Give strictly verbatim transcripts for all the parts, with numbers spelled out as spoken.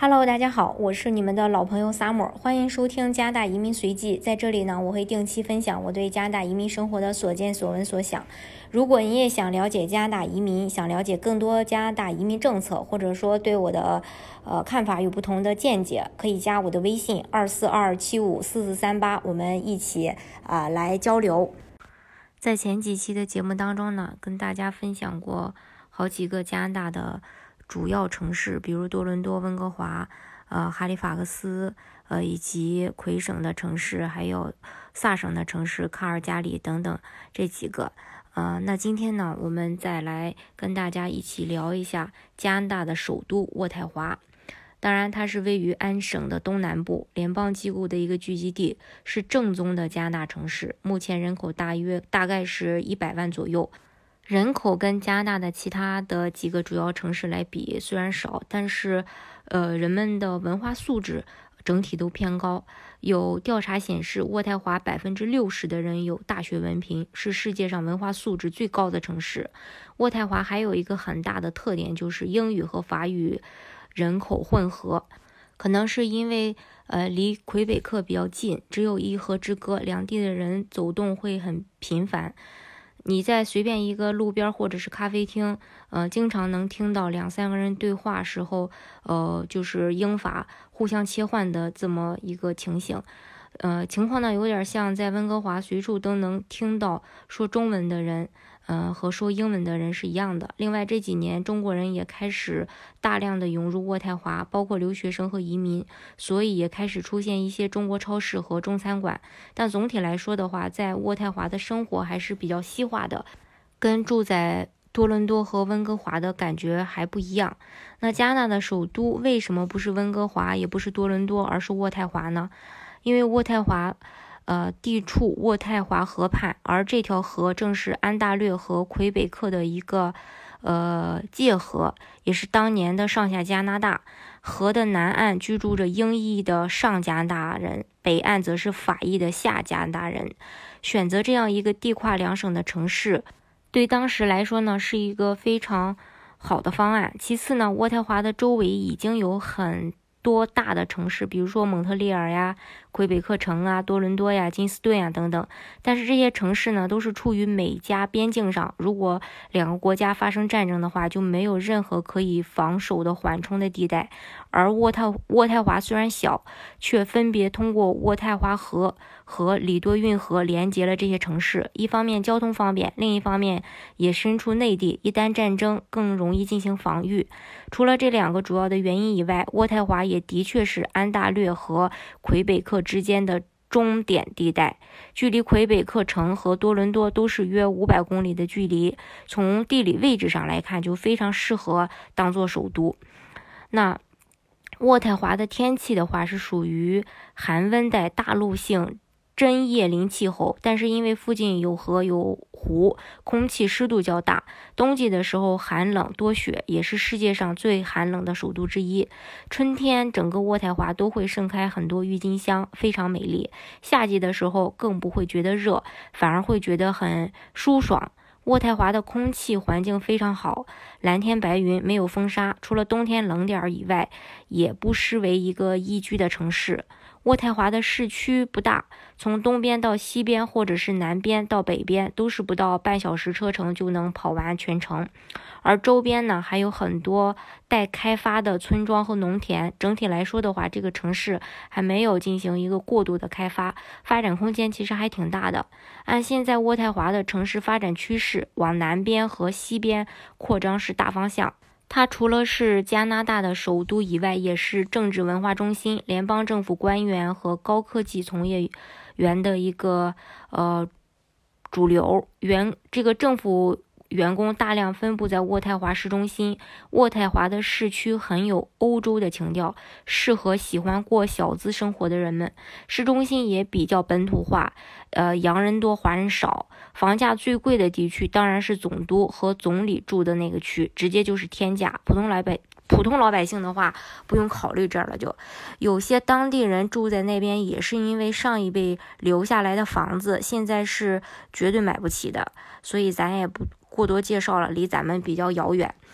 Hello，大家好，我是你们的老朋友 Summer， 欢迎收听加拿大移民随记。在这里呢，我会定期分享我对加拿大移民生活的所见所闻所想。如果你也想了解加拿大移民，想了解更多加拿大移民政策，或者说对我的呃看法有不同的见解，可以加我的微信二四二七五四四三八，我们一起啊、呃、来交流。在前几期的节目当中呢，跟大家分享过好几个加拿大的主要城市，比如多伦多、温哥华、呃哈利法克斯，呃以及魁省的城市，还有萨省的城市卡尔加里等等这几个。呃，那今天呢，我们再来跟大家一起聊一下加拿大的首都渥太华。当然，它是位于安省的东南部，联邦机构的一个聚集地，是正宗的加拿大城市。目前人口大约大概是一百万左右。人口跟加拿大的其他的几个主要城市来比，虽然少，但是，呃，人们的文化素质整体都偏高。有调查显示，渥太华百分之六十的人有大学文凭，是世界上文化素质最高的城市。渥太华还有一个很大的特点，就是英语和法语人口混合。可能是因为呃离魁北克比较近，只有一河之隔，两地的人走动会很频繁。你在随便一个路边或者是咖啡厅，呃，经常能听到两三个人对话时候，呃，就是英法互相切换的这么一个情形。呃，情况呢有点像在温哥华随处都能听到说中文的人，呃，和说英文的人是一样的。另外这几年中国人也开始大量的涌入渥太华，包括留学生和移民，所以也开始出现一些中国超市和中餐馆。但总体来说的话，在渥太华的生活还是比较西化的，跟住在多伦多和温哥华的感觉还不一样。那加拿大的首都为什么不是温哥华，也不是多伦多，而是渥太华呢？因为渥太华呃，地处渥太华河畔，而这条河正是安大略和魁北克的一个呃界河，也是当年的上下加拿大。河的南岸居住着英裔的上加拿大人，北岸则是法裔的下加拿大人。选择这样一个地跨两省的城市，对当时来说呢，是一个非常好的方案。其次呢，渥太华的周围已经有很多大的城市，比如说蒙特利尔呀、魁北克城啊、多伦多呀、金斯顿呀等等。但是这些城市呢，都是处于美加边境上，如果两个国家发生战争的话，就没有任何可以防守的缓冲的地带。而渥太渥太华虽然小，却分别通过渥太华河和里多运河连接了这些城市。一方面交通方便，另一方面也身处内地，一旦战争更容易进行防御。除了这两个主要的原因以外，渥太华也的确是安大略和魁北克之间的终点地带，距离魁北克城和多伦多都是约五百公里的距离，从地理位置上来看就非常适合当做首都。那渥太华的天气的话是属于寒温带大陆性针叶林气候，但是因为附近有河有湖，空气湿度较大，冬季的时候寒冷多雪，也是世界上最寒冷的首都之一。春天整个渥太华都会盛开很多郁金香，非常美丽。夏季的时候更不会觉得热，反而会觉得很舒爽。渥太华的空气环境非常好，蓝天白云，没有风沙，除了冬天冷点以外，也不失为一个宜居的城市。渥太华的市区不大，从东边到西边或者是南边到北边都是不到半小时车程就能跑完全程。而周边呢还有很多待开发的村庄和农田。整体来说的话，这个城市还没有进行一个过度的开发，发展空间其实还挺大的。按现在渥太华的城市发展趋势，往南边和西边扩张是大方向。它除了是加拿大的首都以外，也是政治文化中心，联邦政府官员和高科技从业员的一个呃主流。原这个政府员工大量分布在渥太华市中心。渥太华的市区很有欧洲的情调，适合喜欢过小资生活的人们。市中心也比较本土化，呃，洋人多，华人少。房价最贵的地区当然是总督和总理住的那个区，直接就是天价。普通老百普通老百姓的话，不用考虑这儿了就。有些当地人住在那边，也是因为上一辈留下来的房子，现在是绝对买不起的，所以咱也不过多介绍了，离咱们比较遥远。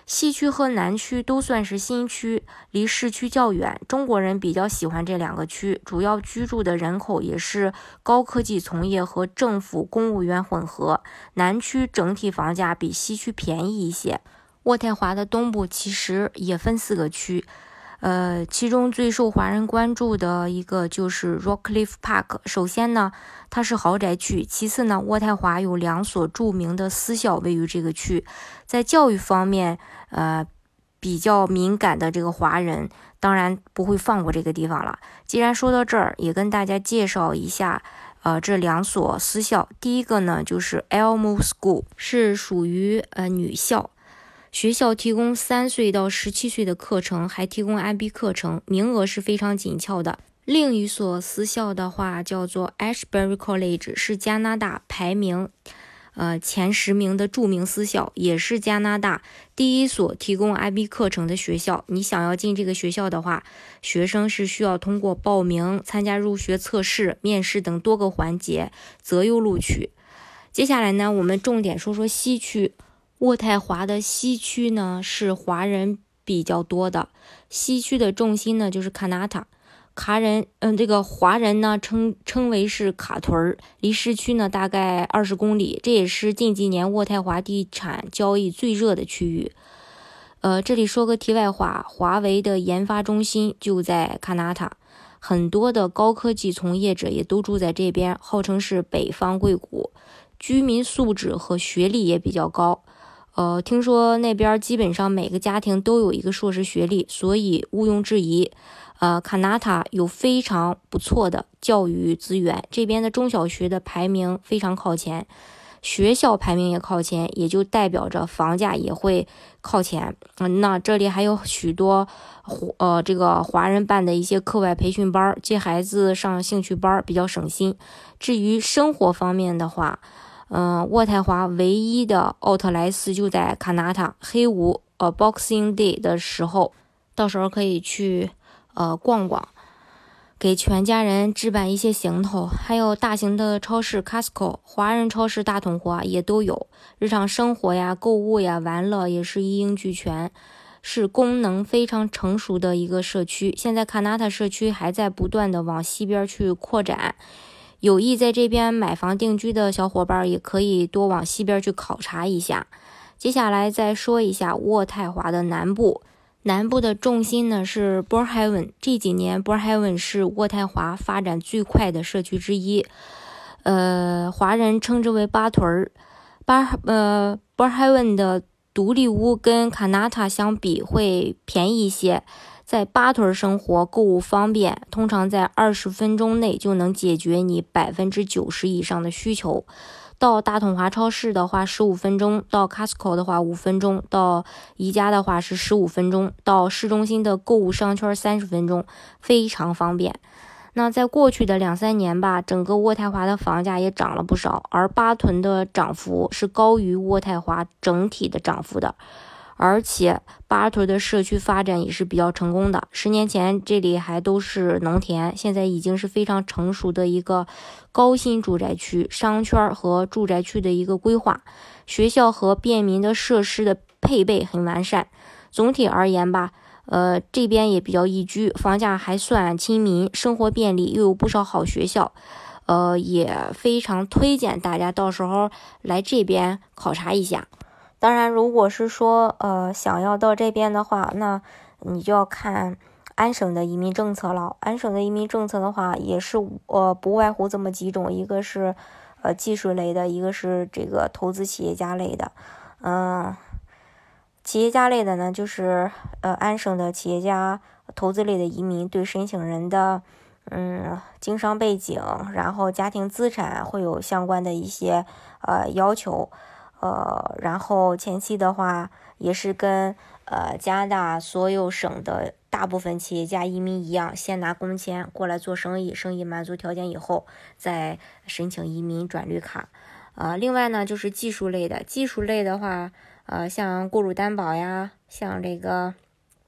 西区和南区都算是新区，离市区较远，中国人比较喜欢这两个区，主要居住的人口也是高科技从业和政府公务员混合。南区整体房价比西区便宜一些。渥太华的东部其实也分四个区，呃，其中最受华人关注的一个就是 Rockcliffe Park。首先呢，它是豪宅区；其次呢，渥太华有两所著名的私校位于这个区。在教育方面，呃，比较敏感的这个华人，当然不会放过这个地方了。既然说到这儿，也跟大家介绍一下，呃，这两所私校。第一个呢，就是 Elmo School， 是属于呃女校。学校提供三岁到十七岁的课程，还提供 I B 课程，名额是非常紧俏的。另一所私校的话叫做 Ashbury College， 是加拿大排名呃前十名的著名私校，也是加拿大第一所提供 I B 课程的学校。你想要进这个学校的话，学生是需要通过报名、参加入学测试、面试等多个环节择优录取。接下来呢，我们重点说说西区。渥太华的西区呢是华人比较多的，西区的重心呢就是卡纳塔，卡人嗯这个华人呢称称为是卡屯儿，离市区呢大概二十公里，这也是近几年渥太华地产交易最热的区域。呃，这里说个题外话，华为的研发中心就在卡纳塔，很多的高科技从业者也都住在这边，号称是北方硅谷，居民素质和学历也比较高。呃，听说那边基本上每个家庭都有一个硕士学历，所以毋庸置疑，呃，卡纳塔有非常不错的教育资源，这边的中小学的排名非常靠前，学校排名也靠前，也就代表着房价也会靠前。嗯，那这里还有许多呃这个华人办的一些课外培训班，接孩子上兴趣班比较省心。至于生活方面的话，嗯，渥太华唯一的奥特莱斯就在卡纳塔，黑五呃 Boxing Day 的时候，到时候可以去呃逛逛，给全家人置办一些行头。还有大型的超市 Costco， 华人超市大统华也都有，日常生活呀、购物呀、玩乐也是一应俱全，是功能非常成熟的一个社区。现在卡纳塔社区还在不断的往西边去扩展。有意在这边买房定居的小伙伴也可以多往西边去考察一下。接下来再说一下渥太华的南部，南部的重心呢是 Barrhaven， 这几年 Barrhaven 是渥太华发展最快的社区之一，呃，华人称之为巴屯儿。巴呃 Barrhaven 的独立屋跟卡纳塔相比会便宜一些。在巴屯生活，购物方便，通常在二十分钟内就能解决你百分之九十以上的需求。到大统华超市的话十五分钟，到 Costco 的话五分钟，到宜家的话是十五分钟，到市中心的购物商圈三十分钟，非常方便。那在过去的两三年吧，整个渥太华的房价也涨了不少，而巴屯的涨幅是高于渥太华整体的涨幅的。而且巴屯的社区发展也是比较成功的，十年前这里还都是农田，现在已经是非常成熟的一个高新住宅区，商圈和住宅区的一个规划，学校和便民的设施的配备很完善。总体而言吧，呃，这边也比较宜居，房价还算亲民，生活便利，又有不少好学校，呃，也非常推荐大家到时候来这边考察一下。当然，如果是说呃想要到这边的话，那你就要看安省的移民政策了。安省的移民政策的话，也是呃不外乎这么几种，一个是呃技术类的，一个是这个投资企业家类的。嗯、呃，企业家类的呢，就是呃安省的企业家投资类的移民对申请人的嗯经商背景，然后家庭资产会有相关的一些呃要求。呃，然后前期的话也是跟呃加拿大所有省的大部分企业家移民一样，先拿工签过来做生意，生意满足条件以后再申请移民转绿卡。呃，另外呢就是技术类的，技术类的话，呃，像雇主担保呀，像这个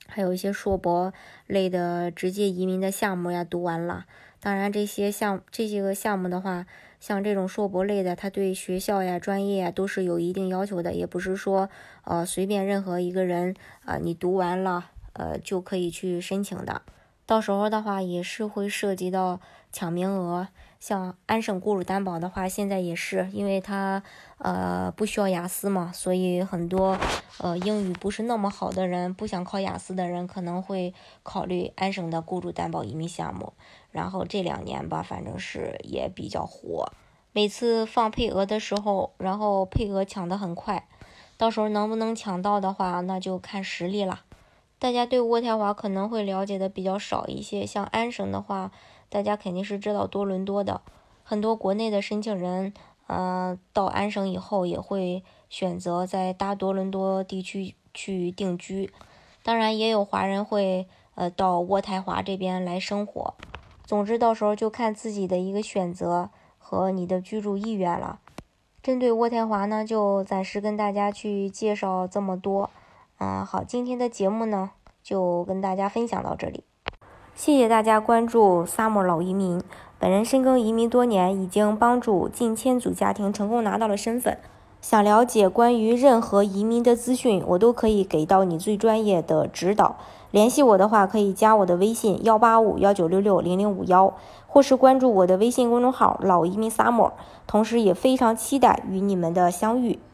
还有一些硕博类的直接移民的项目呀读完了。当然这些项这些个项目的话，像这种硕博类的，它对学校呀专业呀都是有一定要求的，也不是说呃随便任何一个人啊、呃、你读完了呃就可以去申请的。到时候的话也是会涉及到抢名额，像安省雇主担保的话，现在也是因为它呃不需要雅思嘛，所以很多呃英语不是那么好的人，不想考雅思的人可能会考虑安省的雇主担保移民项目。然后这两年吧，反正是也比较火，每次放配额的时候，然后配额抢得很快，到时候能不能抢到的话，那就看实力了。大家对渥太华可能会了解的比较少一些，像安省的话，大家肯定是知道多伦多的，很多国内的申请人，呃，到安省以后也会选择在大多伦多地区去定居，当然也有华人会呃到渥太华这边来生活。总之，到时候就看自己的一个选择和你的居住意愿了。针对渥太华呢，就暂时跟大家去介绍这么多。嗯，好，今天的节目呢就跟大家分享到这里，谢谢大家关注 Summer 老移民。本人深耕移民多年，已经帮助近千组家庭成功拿到了身份。想了解关于任何移民的资讯，我都可以给到你最专业的指导。联系我的话，可以加我的微信幺八五幺九六六零零五幺，或是关注我的微信公众号老移民 Summer。同时也非常期待与你们的相遇。